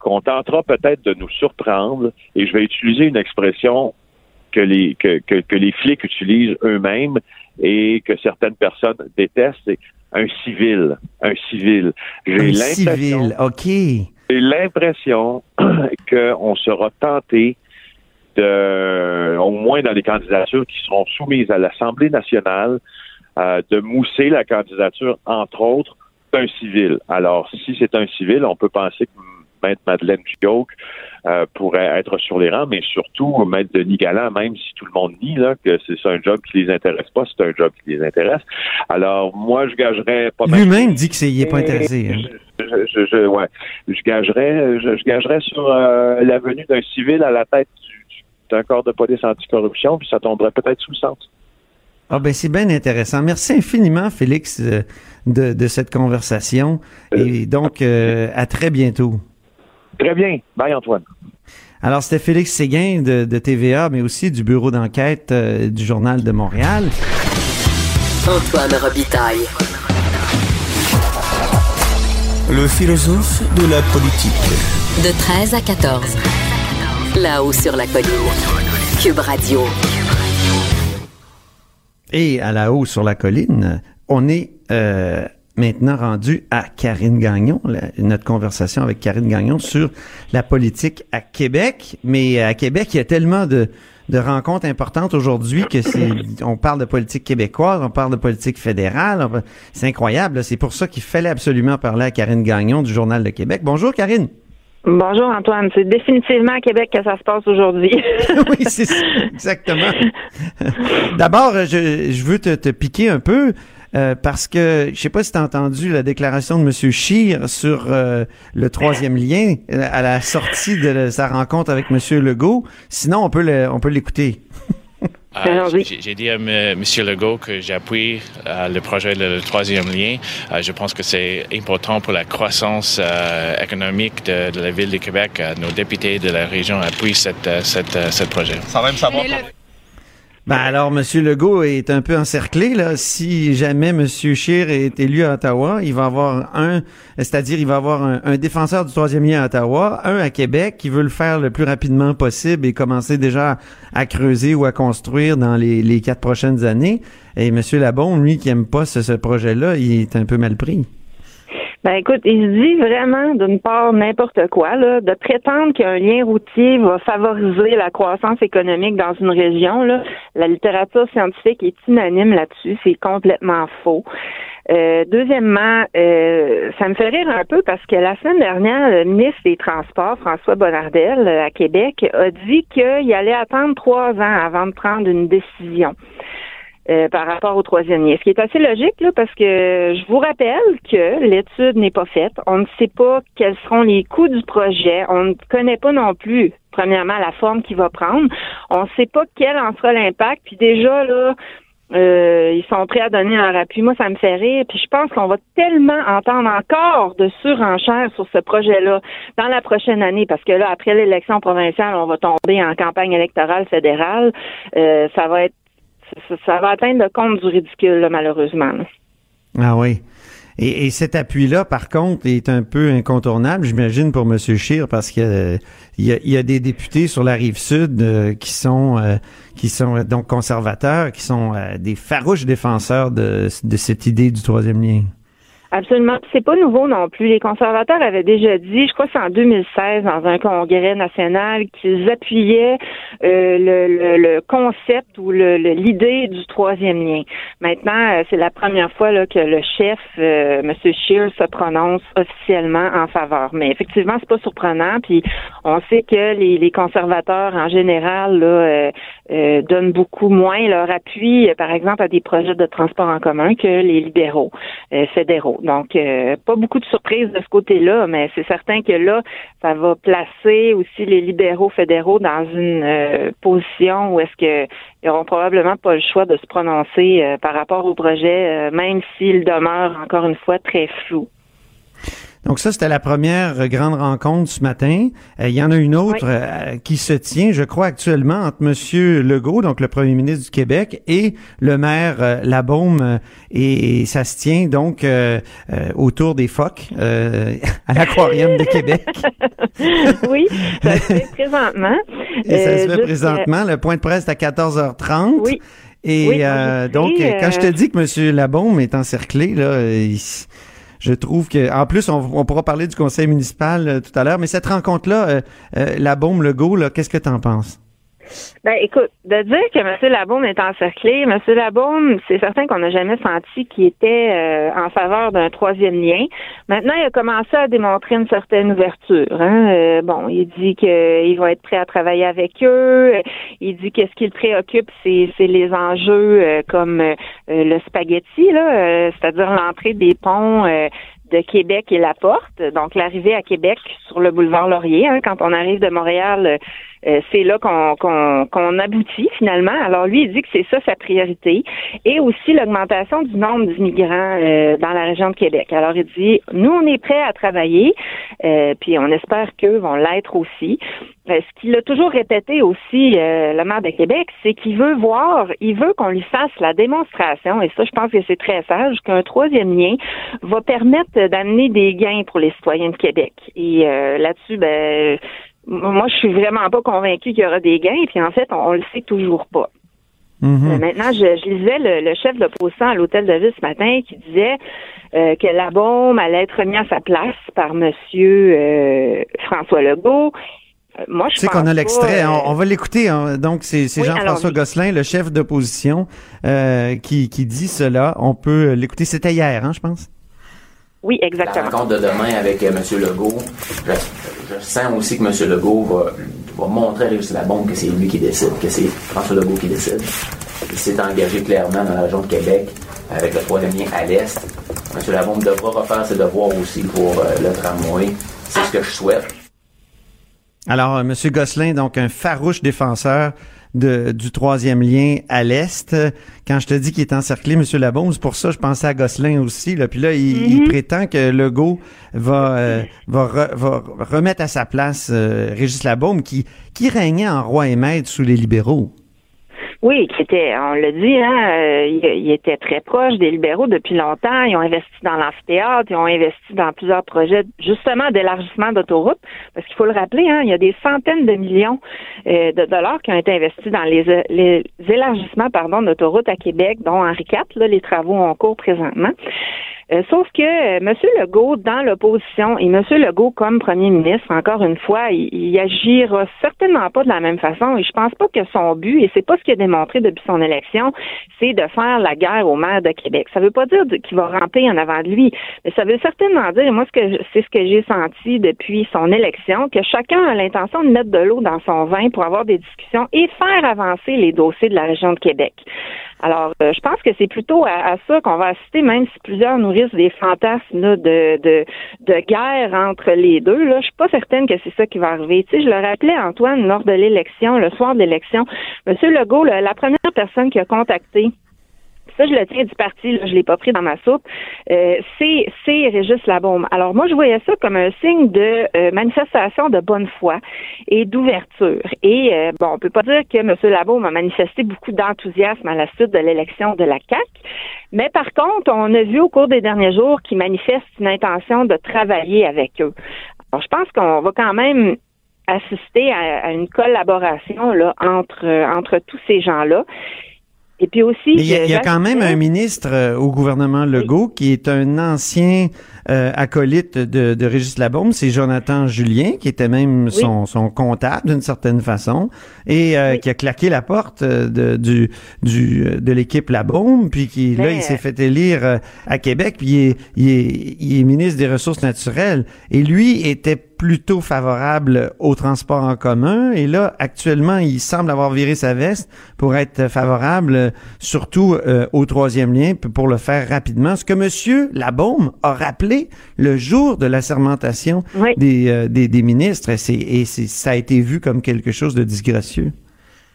qu'on tentera peut-être de nous surprendre, et je vais utiliser une expression que les que, que, que les flics utilisent eux-mêmes et que certaines personnes détestent, c'est un civil. Un civil. J'ai un l'impression, civil, OK. J'ai l'impression qu'on sera tenté de, au moins dans les candidatures qui seront soumises à l'Assemblée nationale, euh, de mousser la candidature, entre autres, d'un civil. Alors, si c'est un civil, on peut penser que Maître Madeleine Gioque euh, pourrait être sur les rangs, mais surtout Maître Denis Galland, même si tout le monde nie là, que c'est ça un job qui les intéresse pas, c'est un job qui les intéresse. Alors, moi, je gagerais pas mal. Lui-même dit que c'est, il est pas intéressé. Hein. Je, je, je, je, ouais, je gagerais, je, je gagerais sur euh, la venue d'un civil à la tête du, d'un corps de police anticorruption, puis ça tomberait peut-être sous le centre. Ah ben c'est bien intéressant. Merci infiniment, Félix, euh, de, de cette conversation. Et donc, euh, à très bientôt. Très bien. Bye, Antoine. Alors, c'était Félix Séguin de, de T V A, mais aussi du bureau d'enquête euh, du Journal de Montréal. Antoine Robitaille. Le philosophe de la politique. De treize à quatorze. Là-haut sur la colline. Cube Radio. Et à la haut sur la colline, on est euh, maintenant rendu à Karine Gagnon, la, notre conversation avec Karine Gagnon sur la politique à Québec. Mais à Québec, il y a tellement de, de rencontres importantes aujourd'hui que c'est, on parle de politique québécoise, on parle de politique fédérale. On, c'est incroyable. Là. C'est pour ça qu'il fallait absolument parler à Karine Gagnon du Journal de Québec. Bonjour, Karine. Bonjour Antoine, c'est définitivement à Québec que ça se passe aujourd'hui. Oui, c'est ça, exactement. D'abord, je, je veux te, te piquer un peu euh, parce que je sais pas si tu as entendu la déclaration de M. Scheer sur euh, le troisième lien à la sortie de sa rencontre avec M. Legault. Sinon, on peut le, on peut l'écouter. Euh, j'ai, j'ai dit à M. Legault que j'appuie euh, le projet de le troisième lien. Euh, je pense que c'est important pour la croissance euh, économique de, de la ville de Québec. Euh, nos députés de la région appuient cette, cette, euh, ce projet. Sans même savoir. Ben alors, M. Legault est un peu encerclé, là. Si jamais M. Scheer est élu à Ottawa, il va avoir un, c'est-à-dire il va avoir un, un défenseur du troisième lien à Ottawa, un à Québec qui veut le faire le plus rapidement possible et commencer déjà à, à creuser ou à construire dans les, les quatre prochaines années. Et M. Labaume, lui, qui aime pas ce, ce projet-là, il est un peu mal pris. Ben écoute, il se dit vraiment d'une part n'importe quoi, là, de prétendre qu'un lien routier va favoriser la croissance économique dans une région, là. La littérature scientifique est unanime là-dessus, c'est complètement faux. Euh, deuxièmement, euh, ça me fait rire un peu parce que la semaine dernière, le ministre des Transports, François Bonnardel, à Québec, a dit qu'il allait attendre trois ans avant de prendre une décision. Euh, par rapport au troisième lien. Ce qui est assez logique, là, parce que je vous rappelle que l'étude n'est pas faite. On ne sait pas quels seront les coûts du projet. On ne connaît pas non plus, premièrement, la forme qu'il va prendre. On ne sait pas quel en sera l'impact. Puis déjà, là, euh, ils sont prêts à donner leur appui. Moi, ça me fait rire. Puis je pense qu'on va tellement entendre encore de surenchères sur ce projet-là dans la prochaine année, parce que là, après l'élection provinciale, on va tomber en campagne électorale fédérale. Euh, ça va être Ça, ça va atteindre le compte du ridicule, là, malheureusement. Là. Ah oui. Et, et cet appui-là, par contre, est un peu incontournable, j'imagine, pour M. Scheer, parce qu'il euh, y, a, y a des députés sur la Rive-Sud euh, qui sont euh, qui sont euh, donc conservateurs, qui sont euh, des farouches défenseurs de, de cette idée du troisième lien. Absolument. C'est pas nouveau non plus. Les conservateurs avaient déjà dit, je crois que c'est en deux mille seize, dans un congrès national, qu'ils appuyaient euh, le, le, le concept ou le, le, l'idée du troisième lien. Maintenant, c'est la première fois là, que le chef, euh, M. Scheer, se prononce officiellement en faveur. Mais effectivement, c'est pas surprenant. Puis on sait que les, les conservateurs, en général, là, euh, euh, donnent beaucoup moins leur appui, euh, par exemple, à des projets de transport en commun que les libéraux euh, fédéraux. Donc, euh, pas beaucoup de surprises de ce côté-là, mais c'est certain que là, ça va placer aussi les libéraux fédéraux dans une euh, position où est-ce que ils n'auront probablement pas le choix de se prononcer euh, par rapport au projet, euh, même s'il demeure, encore une fois, très flou. Donc ça, c'était la première grande rencontre ce matin. Euh, il y en a une autre oui. euh, qui se tient, je crois, actuellement entre Monsieur Legault, donc le premier ministre du Québec, et le maire euh, Labaume. Euh, et, et ça se tient donc euh, euh, autour des phoques euh, à l'Aquarium de Québec. Oui, ça se fait présentement. Et ça se fait euh, présentement. Juste, le point de presse est à quatorze heures trente. Oui. Et oui, euh, donc, euh... quand je te dis que M. Labaume est encerclé, là, il, je trouve que, en plus, on, on pourra parler du conseil municipal euh, tout à l'heure, mais cette rencontre-là, euh, euh, Labaume, Legault, là, qu'est-ce que tu en penses? Ben, écoute, de dire que M. Labaume est encerclé, M. Labaume, c'est certain qu'on n'a jamais senti qu'il était euh, en faveur d'un troisième lien. Maintenant, il a commencé à démontrer une certaine ouverture. Hein? Euh, bon, il dit qu'il va être prêt à travailler avec eux. Il dit que ce qui le préoccupe, c'est, c'est les enjeux euh, comme euh, le spaghetti, là, euh, c'est-à-dire l'entrée des ponts euh, de Québec et La Porte. Donc, l'arrivée à Québec sur le boulevard Laurier. Hein, quand on arrive de Montréal, euh, c'est là qu'on, qu'on, qu'on aboutit finalement. Alors, lui, il dit que c'est ça sa priorité. Et aussi l'augmentation du nombre d'immigrants euh, dans la région de Québec. Alors, il dit, nous, on est prêts à travailler, euh, puis on espère qu'eux vont l'être aussi. Euh, ce qu'il a toujours répété aussi, euh, le maire de Québec, c'est qu'il veut voir, il veut qu'on lui fasse la démonstration, et ça, je pense que c'est très sage, qu'un troisième lien va permettre d'amener des gains pour les citoyens de Québec. Et euh, là-dessus, ben, moi, je suis vraiment pas convaincue qu'il y aura des gains, et puis en fait, on, on le sait toujours pas. Mm-hmm. Euh, maintenant, je, je lisais le, le chef de l'opposition à l'Hôtel de Ville ce matin qui disait euh, que Labaume allait être mis à sa place par Monsieur euh, François Legault. Moi, je tu sais qu'on a l'extrait, pas, euh... on, on va l'écouter. Hein. Donc, c'est, c'est oui, Jean-François alors, Gosselin, le chef d'opposition, euh, qui, qui dit cela. On peut l'écouter. C'était hier, hein, je pense. Oui, exactement. La rencontre de demain avec euh, M. Legault, je, je sens aussi que M. Legault va, va montrer à Régis Labaume que c'est lui qui décide, que c'est François Legault qui décide. Il s'est engagé clairement dans la région de Québec avec le troisième lien à l'Est. M. Labaume devra refaire ses devoirs aussi pour euh, le tramway. C'est ce que je souhaite. Alors, M. Gosselin, donc un farouche défenseur de, du troisième lien à l'Est. Quand je te dis qu'il est encerclé, M. Labaume, c'est pour ça que je pensais à Gosselin aussi. Là. Puis là, il, mm-hmm. il prétend que Legault va, euh, va, re, va remettre à sa place euh, Régis Labaume, qui, qui régnait en roi et maître sous les libéraux. Oui, qui était, on l'a dit, hein, euh, il, il était très proche des libéraux depuis longtemps. Ils ont investi dans l'amphithéâtre, ils ont investi dans plusieurs projets, justement, d'élargissement d'autoroutes. Parce qu'il faut le rappeler, hein, il y a des centaines de millions euh, de dollars qui ont été investis dans les, les élargissements, pardon, d'autoroutes à Québec, dont Henri quatre, là, les travaux en cours présentement. Euh, sauf que euh, M. Legault, dans l'opposition, et M. Legault, comme premier ministre, encore une fois, il, il agira certainement pas de la même façon. Et je pense pas que son but, et c'est pas ce qu'il a démontré depuis son élection, c'est de faire la guerre au maire de Québec. Ça veut pas dire qu'il va ramper en avant de lui, mais ça veut certainement dire, moi, ce que c'est ce que j'ai senti depuis son élection, que chacun a l'intention de mettre de l'eau dans son vin pour avoir des discussions et faire avancer les dossiers de la région de Québec. Alors, euh, je pense que c'est plutôt à, à ça qu'on va assister, même si plusieurs nourrissent des fantasmes là, de, de de guerre entre les deux. Là, je suis pas certaine que c'est ça qui va arriver. Tu sais, je le rappelais, Antoine, lors de l'élection, le soir de l'élection, M. Legault, là, la première personne qui a contacté, ça, je le tiens du parti, là, je l'ai pas pris dans ma soupe, euh, c'est, c'est Régis Labaume. Alors, moi, je voyais ça comme un signe de euh, manifestation de bonne foi et d'ouverture. Et, euh, bon, on peut pas dire que M. Labaume a manifesté beaucoup d'enthousiasme à la suite de l'élection de la C A Q, mais par contre, on a vu au cours des derniers jours qu'il manifeste une intention de travailler avec eux. Alors, je pense qu'on va quand même assister à, à une collaboration là entre, euh, entre tous ces gens-là. Et puis aussi, il y a, il y a quand même un ministre euh, au gouvernement Legault oui. qui est un ancien euh, acolyte de, de Régis Labaume, c'est Jonathan Julien, qui était même oui. son, son comptable d'une certaine façon, et euh, oui. qui a claqué la porte de, du, du, de l'équipe Labaume, puis qui Mais... là, il s'est fait élire euh, à Québec, puis il est, il, est, il est ministre des Ressources naturelles. Et lui était plutôt favorable au transport en commun. Et là, actuellement, il semble avoir viré sa veste pour être favorable surtout euh, au troisième lien, pour le faire rapidement. Ce que M. Labaume a rappelé le jour de l'assermentation oui. des, euh, des, des ministres, c'est, et c'est, ça a été vu comme quelque chose de disgracieux.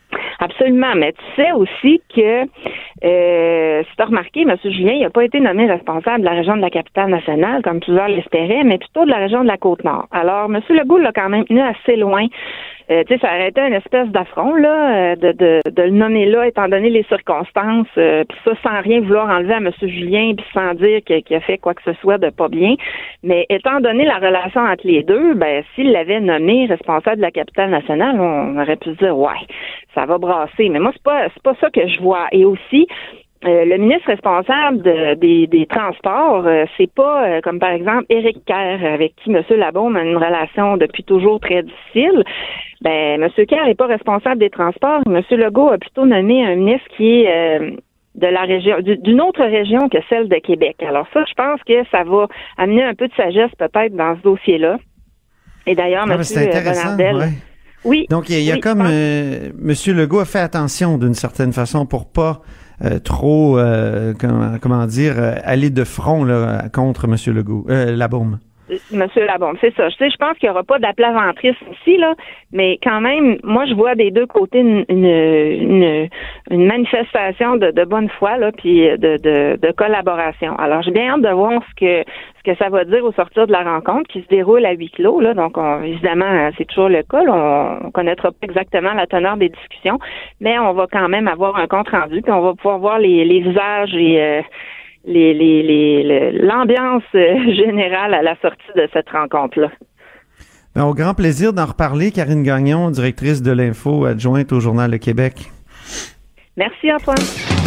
absolument. Mais tu sais aussi que, euh, si tu as remarqué, M. Julien, il n'a pas été nommé responsable de la région de la Capitale-Nationale, comme plusieurs l'espéraient, mais plutôt de la région de la Côte-Nord. Alors, M. Legault l'a quand même tenu assez loin. Euh, tu sais, ça aurait été une espèce d'affront, là, de, de, de le nommer là, étant donné les circonstances, euh, puis ça, sans rien vouloir enlever à M. Julien, puis sans dire qu'il, qu'il a fait quoi que ce soit de pas bien. Mais étant donné la relation entre les deux, ben, s'il l'avait nommé responsable de la Capitale-Nationale, on aurait pu se dire, ouais, ça va brasser. Mais moi, c'est pas, c'est pas ça que je vois. Et aussi, Euh, le ministre responsable de, des, des transports, euh, c'est pas euh, comme par exemple Éric Kerr, avec qui M. Labaume a une relation depuis toujours très difficile. Ben, M. Kerr n'est pas responsable des transports. M. Legault a plutôt nommé un ministre qui est euh, de la région, d'une autre région que celle de Québec. Alors ça, je pense que ça va amener un peu de sagesse peut-être dans ce dossier-là. Et d'ailleurs, ah, M. Bonardel... Ouais. Oui. Donc, il y a, il y a oui, comme... Euh, M. Legault a fait attention d'une certaine façon pour pas euh, trop, euh, comment, comment dire, euh, aller de front là, contre M. Legault, euh, Labaume. Monsieur Labaume, c'est ça. Je sais, je pense qu'il n'y aura pas d'aplaventrisme ici, là, mais quand même, moi, je vois des deux côtés une, une, une, une manifestation de, de bonne foi, là, puis de, de, de collaboration. Alors, j'ai bien hâte de voir ce que ce que ça va dire au sortir de la rencontre qui se déroule à huis clos, là. Donc, on, évidemment, c'est toujours le cas. Là, on, on connaîtra pas exactement la teneur des discussions, mais on va quand même avoir un compte rendu, puis on va pouvoir voir les, les visages et euh, Les, les, les, l'ambiance générale à la sortie de cette rencontre-là. Ben, au grand plaisir d'en reparler. Karine Gagnon, directrice de l'info adjointe au Journal de Québec. Merci, Antoine.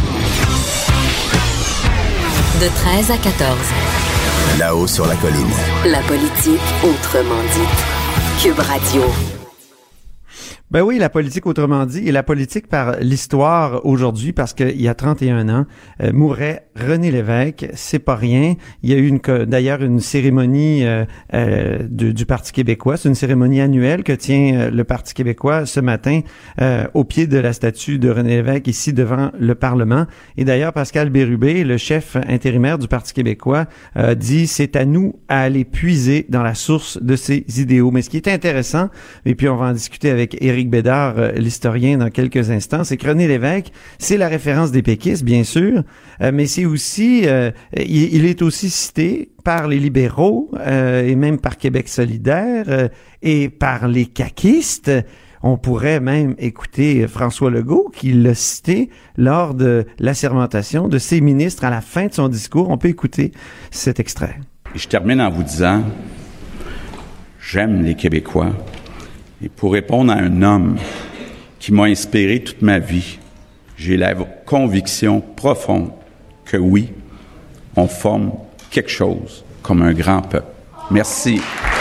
De treize à quatorze. Là-haut sur la colline. La politique autrement dite. Cube Radio. Ben oui, la politique autrement dit, et la politique par l'histoire aujourd'hui, parce qu'il y a trente et un ans, euh, mourait René Lévesque, c'est pas rien. Il y a eu une, d'ailleurs une cérémonie euh, euh, de, du Parti québécois, c'est une cérémonie annuelle que tient euh, le Parti québécois ce matin euh, au pied de la statue de René Lévesque, ici devant le Parlement. Et d'ailleurs, Pascal Bérubé, le chef intérimaire du Parti québécois, euh, dit « c'est à nous à aller puiser dans la source de ces idéaux ». Mais ce qui est intéressant, et puis on va en discuter avec Éric Bédard, euh, l'historien, dans quelques instants, c'est que René Lévesque, c'est la référence des péquistes, bien sûr, euh, mais c'est aussi, euh, il, il est aussi cité par les libéraux euh, et même par Québec solidaire euh, et par les caquistes. On pourrait même écouter François Legault qui l'a cité lors de l'assermentation de ses ministres à la fin de son discours. On peut écouter cet extrait. Et je termine en vous disant, j'aime les Québécois. Et pour répondre à un homme qui m'a inspiré toute ma vie, j'ai la conviction profonde que oui, on forme quelque chose comme un grand peuple. Merci.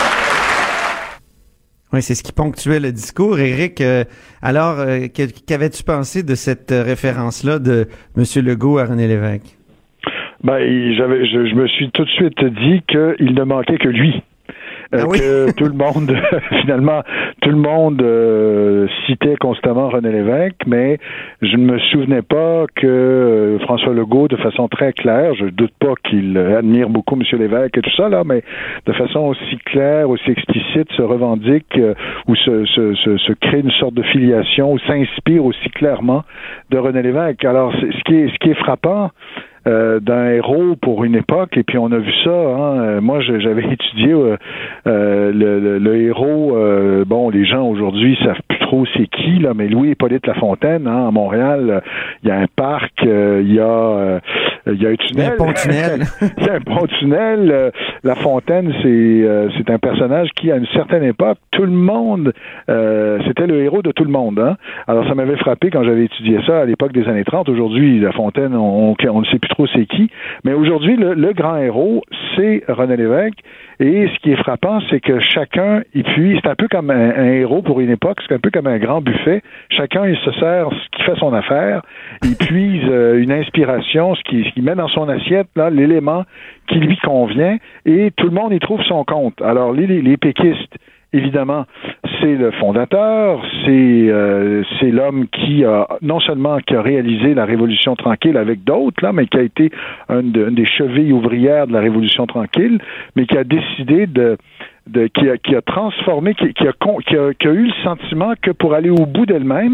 Oui, c'est ce qui ponctuait le discours. Éric, euh, alors, euh, qu'avais-tu pensé de cette référence-là de M. Legault à René Lévesque? Ben, j'avais, je, je me suis tout de suite dit qu'il ne manquait que lui. Euh, ah oui? Que tout le monde, finalement, tout le monde euh, citait constamment René Lévesque, mais je ne me souvenais pas que euh, François Legault, de façon très claire, je doute pas qu'il admire beaucoup M. Lévesque et tout ça, là, mais de façon aussi claire, aussi explicite, se revendique euh, ou se, se, se, se crée une sorte de filiation ou s'inspire aussi clairement de René Lévesque. Alors, c'est, ce qui est, ce qui est frappant, Euh, d'un héros pour une époque, et puis on a vu ça, hein, moi je, j'avais étudié euh, euh, le, le, le héros, euh, bon, les gens aujourd'hui savent plus trop c'est qui, là, mais Louis-Hippolyte Lafontaine, hein, à Montréal, il y a un parc, euh, il y a euh, il y a un tunnel. Il y a un pont-tunnel. Il y a un pont-tunnel. Euh, Lafontaine, c'est euh, c'est un personnage qui, à une certaine époque, tout le monde, euh, c'était le héros de tout le monde, hein. Alors ça m'avait frappé quand j'avais étudié ça à l'époque des années trente. Aujourd'hui, Lafontaine, on, on, on ne sait plus trop c'est qui, mais aujourd'hui, le, le grand héros, c'est René Lévesque, et ce qui est frappant, c'est que chacun, il puise, c'est un peu comme un, un héros pour une époque, c'est un peu comme un grand buffet, chacun, il se sert ce qui fait son affaire, il puise euh, une inspiration, ce qui, ce qui met dans son assiette, là, l'élément qui lui convient, et tout le monde y trouve son compte. Alors, les, les, les péquistes, évidemment, c'est le fondateur, c'est euh, c'est l'homme qui a non seulement qui a réalisé la Révolution tranquille avec d'autres, là, mais qui a été un, de, un des chevilles ouvrières de la Révolution tranquille, mais qui a décidé de, de qui a qui a transformé, qui, qui a qui a qui a eu le sentiment que pour aller au bout d'elle-même,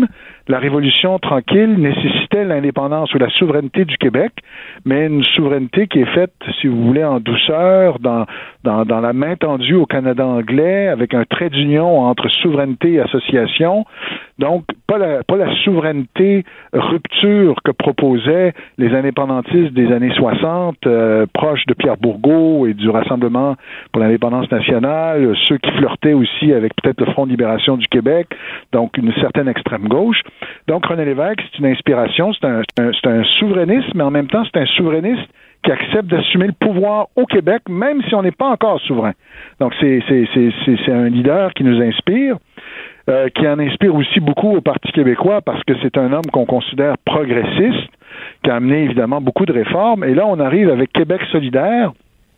la Révolution tranquille nécessitait l'indépendance ou la souveraineté du Québec, mais une souveraineté qui est faite, si vous voulez, en douceur, dans, dans, dans la main tendue au Canada anglais, avec un trait d'union entre souveraineté et association. Donc, pas la, pas la souveraineté rupture que proposaient les indépendantistes des années soixante, euh, proches de Pierre Bourgault et du Rassemblement pour l'indépendance nationale, ceux qui flirtaient aussi avec peut-être le Front de libération du Québec, donc une certaine extrême gauche. Donc, René Lévesque, c'est une inspiration, c'est un, c'est un, c'est un souverainiste, mais en même temps, c'est un souverainiste qui accepte d'assumer le pouvoir au Québec, même si on n'est pas encore souverain. Donc, c'est, c'est, c'est, c'est, c'est un leader qui nous inspire, euh, qui en inspire aussi beaucoup au Parti québécois, parce que c'est un homme qu'on considère progressiste, qui a amené évidemment beaucoup de réformes. Et là, on arrive avec Québec solidaire,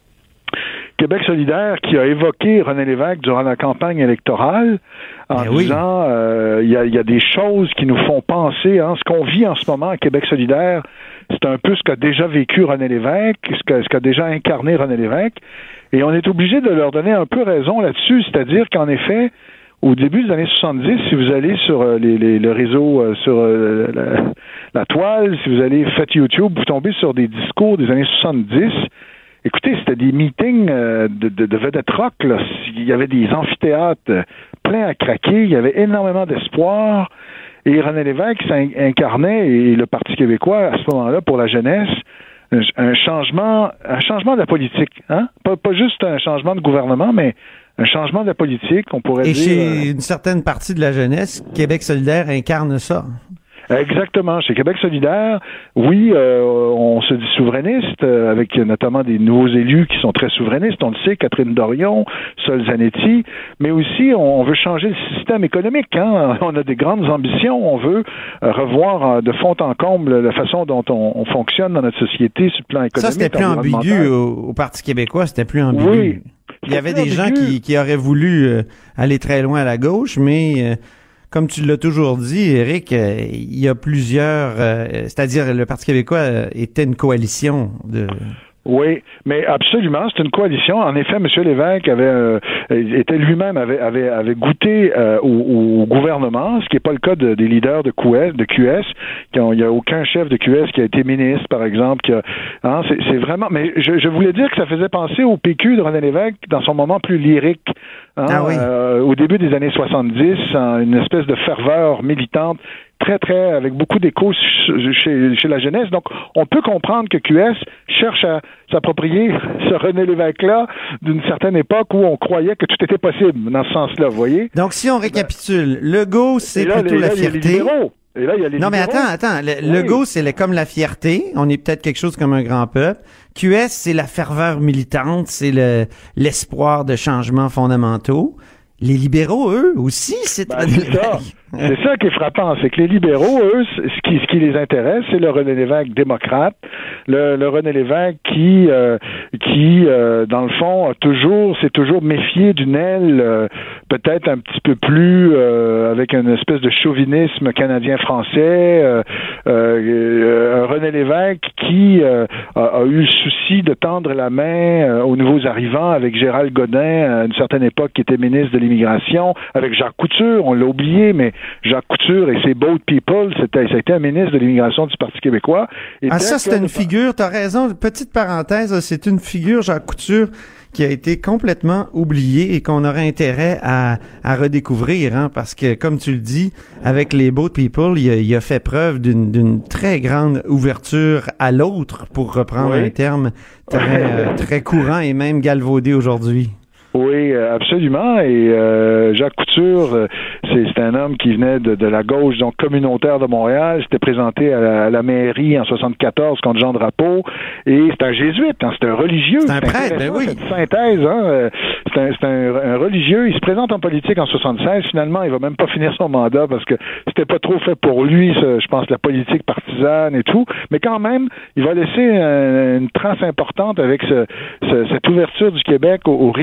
Québec solidaire qui a évoqué René Lévesque durant la campagne électorale en Mais disant il euh, y, a, y a des choses qui nous font penser, hein, ce qu'on vit en ce moment à Québec solidaire, c'est un peu ce qu'a déjà vécu René Lévesque, ce qu'a, ce qu'a déjà incarné René Lévesque, et on est obligé de leur donner un peu raison là-dessus, c'est-à-dire qu'en effet, au début des années soixante-dix, si vous allez sur euh, les, les, le réseau, euh, sur euh, la, la toile, si vous allez faites YouTube, vous tombez sur des discours des années soixante-dix. Écoutez, c'était des meetings euh, de, de, de vedettes rock, là. Il y avait des amphithéâtres pleins à craquer, il y avait énormément d'espoir. Et René Lévesque incarnait, et le Parti québécois, à ce moment-là, pour la jeunesse, un, un changement un changement de la politique. Hein? Pas, pas juste un changement de gouvernement, mais un changement de la politique, on pourrait et dire. Et chez euh, une certaine partie de la jeunesse, Québec solidaire incarne ça. Exactement. Chez Québec solidaire, oui, euh, on se dit souverainiste, euh, avec notamment des nouveaux élus qui sont très souverainistes, on le sait, Catherine Dorion, Sol Zanetti, mais aussi on veut changer le système économique. Hein? On a des grandes ambitions, on veut euh, revoir euh, de fond en comble la façon dont on, on fonctionne dans notre société sur le plan économique. Ça, c'était plus ambigu au, au Parti québécois, c'était plus ambigu. Oui. Il y avait des gens qui, qui auraient voulu euh, aller très loin à la gauche, mais... Euh, comme tu l'as toujours dit, Éric, euh, il y a plusieurs... Euh, c'est-à-dire, le Parti québécois euh, était une coalition de... Oui, mais absolument, c'est une coalition. En effet, M. Lévesque avait euh, était lui-même avait avait, avait goûté euh, au, au gouvernement, ce qui n'est pas le cas de, des leaders de Q S. De Q S qui ont, il n'y a aucun chef de Q S qui a été ministre, par exemple. Qui a, hein, c'est, c'est vraiment. Mais je, je voulais dire que ça faisait penser au P Q de René Lévesque dans son moment plus lyrique. Hein, ah oui. euh, au début des années soixante-dix, hein, une espèce de ferveur militante. Très, très, avec beaucoup d'écho chez, chez la jeunesse. Donc, on peut comprendre que Q S cherche à s'approprier ce René Lévesque-là d'une certaine époque où on croyait que tout était possible, dans ce sens-là, vous voyez? Donc, si on récapitule, Legault, c'est là, plutôt les, la là, fierté. Il y a les libéraux. Et là, il y a les non, mais libéraux. attends, attends. Le, oui. Legault, c'est le, comme la fierté. On est peut-être quelque chose comme un grand peuple. Q S, c'est la ferveur militante, c'est le, l'espoir de changements fondamentaux. Les libéraux, eux, aussi, c'est... Ben, c'est ça. C'est ça qui est frappant, c'est que les libéraux, eux, ce qui, ce qui les intéresse, c'est le René Lévesque démocrate, le, le René Lévesque qui, euh, qui, euh, dans le fond, a toujours, s'est toujours méfié d'une aile euh, peut-être un petit peu plus euh, avec une espèce de chauvinisme canadien-français, euh, euh, un René Lévesque qui euh, a, a eu le souci de tendre la main euh, aux nouveaux arrivants avec Gérald Godin, à une certaine époque, qui était ministre de l'immigration, avec Jacques Couture, on l'a oublié, mais Jacques Couture et ses Boat People, c'était, ça a été un ministre de l'immigration du Parti québécois. Et ah, ça, c'était une figure, t'as raison, petite parenthèse, c'est une figure, Jacques Couture, qui a été complètement oubliée et qu'on aurait intérêt à, à redécouvrir, hein, parce que, comme tu le dis, avec les Boat People, il a, il a fait preuve d'une, d'une très grande ouverture à l'autre, pour reprendre oui. un terme très, euh, très courant et même galvaudé aujourd'hui. Oui, absolument. Et euh, Jacques Couture, c'est, c'est un homme qui venait de, de la gauche, donc communautaire de Montréal. S'était présenté à la, à la mairie en soixante-quatorze contre Jean Drapeau. Et c'est un jésuite, hein, c'est un religieux. C'est un prêtre, ben oui. Cette synthèse, hein, c'est, un, c'est un, un religieux. Il se présente en politique en soixante-seize. Finalement, il va même pas finir son mandat parce que c'était pas trop fait pour lui, ce, je pense, la politique partisane et tout. Mais quand même, il va laisser un, une trace importante avec ce, ce, cette ouverture du Québec aux, aux réfugiés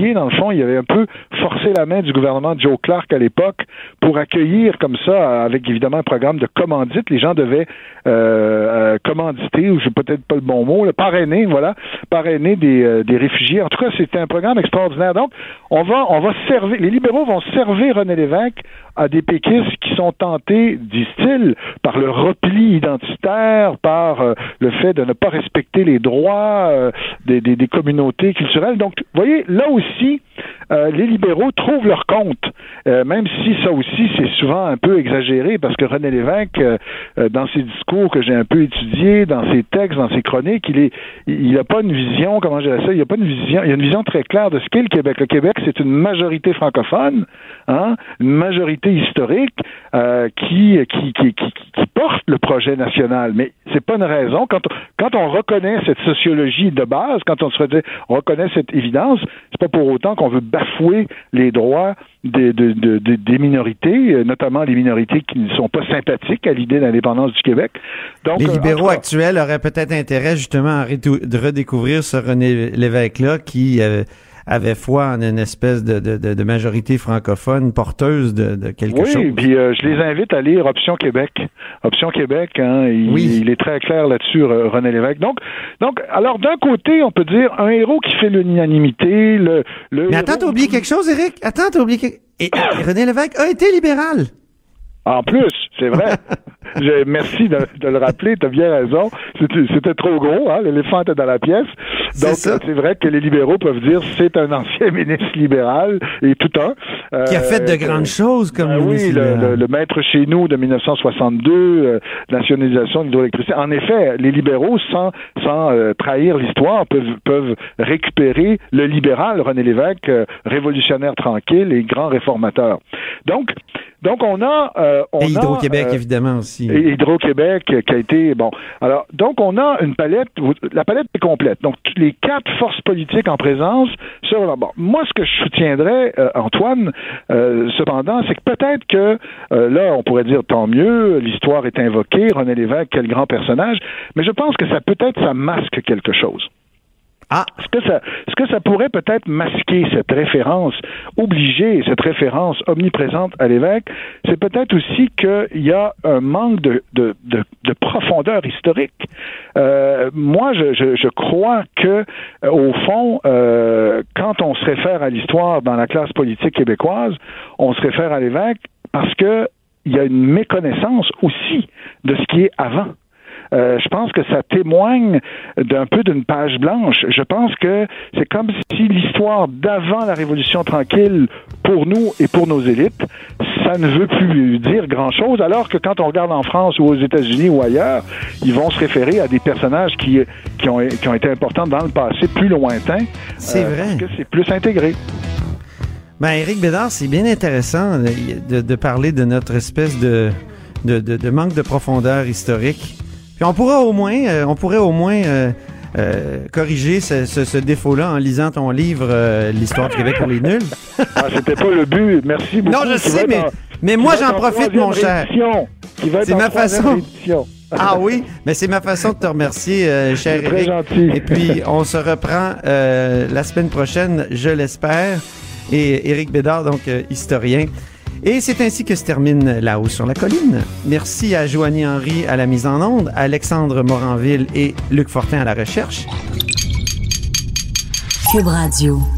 réfugiés, dans le fond, il avait un peu forcé la main du gouvernement de Joe Clark à l'époque pour accueillir comme ça, avec évidemment un programme de commandite. Les gens devaient euh, euh, commanditer, ou je sais peut-être pas le bon mot, là, parrainer, voilà, parrainer des, euh, des réfugiés. En tout cas, c'était un programme extraordinaire. Donc, on va, on va servir, les libéraux vont servir René Lévesque à des péquistes qui sont tentés, disent-ils, par le repli identitaire, par euh, le fait de ne pas respecter les droits euh, des, des, des communautés culturelles. Donc, vous voyez, là aussi, euh, les libéraux trouvent leur compte, euh, même si ça aussi, c'est souvent un peu exagéré, parce que René Lévesque, euh, dans ses discours que j'ai un peu étudiés, dans ses textes, dans ses chroniques, il est, il n'a pas une vision, comment je dirais ça, il n'a pas une vision, il y a une vision très claire de ce qu'est le Québec. Le Québec, c'est une majorité francophone, hein, une majorité historique euh, qui, qui, qui, qui, qui porte le projet national. Mais c'est pas une raison. Quand on, quand on reconnaît cette sociologie de base, quand on se fait, on reconnaît cette évidence, c'est pas pour autant qu'on veut bafouer les droits des, de, de, de, des minorités, notamment les minorités qui ne sont pas sympathiques à l'idée d'indépendance du Québec. Donc, les libéraux euh, actuels auraient peut-être intérêt justement à redécouvrir ce René Lévesque-là qui euh, avait foi en une espèce de, de, de majorité francophone porteuse de, de quelque oui, chose. Oui, puis euh, je les invite à lire Option Québec. Option Québec, hein, il, oui. il est très clair là-dessus, René Lévesque. Donc, donc, alors d'un côté, on peut dire un héros qui fait l'unanimité. Le, le Mais attends, t'as oublié quelque chose, Éric? Attends, t'as oublié quelque... Et, et René Lévesque a été libéral. En plus, c'est vrai. Je, merci de, de le rappeler, tu as bien raison. C'était, c'était trop gros, hein, l'éléphant était dans la pièce. Donc, c'est, c'est vrai que les libéraux peuvent dire c'est un ancien ministre libéral et tout un. Euh, qui a fait de grandes euh, choses comme euh, ministre oui, libéral. Le, le, le maître chez nous de dix-neuf cent soixante-deux, euh, nationalisation de l'hydroélectricité. En effet, les libéraux, sans, sans euh, trahir l'histoire, peuvent, peuvent récupérer le libéral, René Lévesque, euh, révolutionnaire tranquille et grand réformateur. Donc, donc on a... Euh, on et Hydro-Québec, a, euh, évidemment, aussi. Et Hydro-Québec qui a été... Bon, alors, donc on a une palette... La palette est complète. Donc, les quatre forces politiques en présence... Sur, bon, moi, ce que je soutiendrais, euh, Antoine, euh, cependant, c'est que peut-être que... Euh, là, on pourrait dire, tant mieux, l'histoire est invoquée, René Lévesque, quel grand personnage, mais je pense que ça peut-être, ça masque quelque chose. Ah. Ce que ça, ce que ça pourrait peut-être masquer, cette référence obligée, cette référence omniprésente à l'évêque, c'est peut-être aussi qu'il y a un manque de, de, de, de profondeur historique. Euh, moi, je, je, je crois que, euh, au fond, euh, quand on se réfère à l'histoire dans la classe politique québécoise, on se réfère à l'évêque parce que il y a une méconnaissance aussi de ce qui est avant. Euh, je pense que ça témoigne d'un peu d'une page blanche. Je pense que c'est comme si l'histoire d'avant la Révolution tranquille, pour nous et pour nos élites, ça ne veut plus dire grand-chose, alors que quand on regarde en France ou aux États-Unis ou ailleurs, ils vont se référer à des personnages qui, qui, ont, qui ont été importants dans le passé, plus lointain. C'est euh, vrai. Parce que c'est plus intégré. Ben, Éric Bédard, c'est bien intéressant de, de parler de notre espèce de, de, de, de manque de profondeur historique. Puis on pourra au moins, euh, on pourrait au moins euh, euh, corriger ce, ce, ce défaut-là en lisant ton livre euh, L'histoire du Québec pour les nuls. Ah, c'était pas le but. Merci beaucoup. Non, je sais, mais, en, mais moi j'en profite, mon cher. C'est ma façon. Ah oui, mais c'est ma façon de te remercier, euh, cher Éric. Très gentil. Et puis on se reprend euh, la semaine prochaine, je l'espère. Et Éric Bédard, donc euh, historien. Et c'est ainsi que se termine Là-haut sur la colline. Merci à Joanie Henry à la mise en onde, à Alexandre Moranville et Luc Fortin à la recherche. Cube Radio.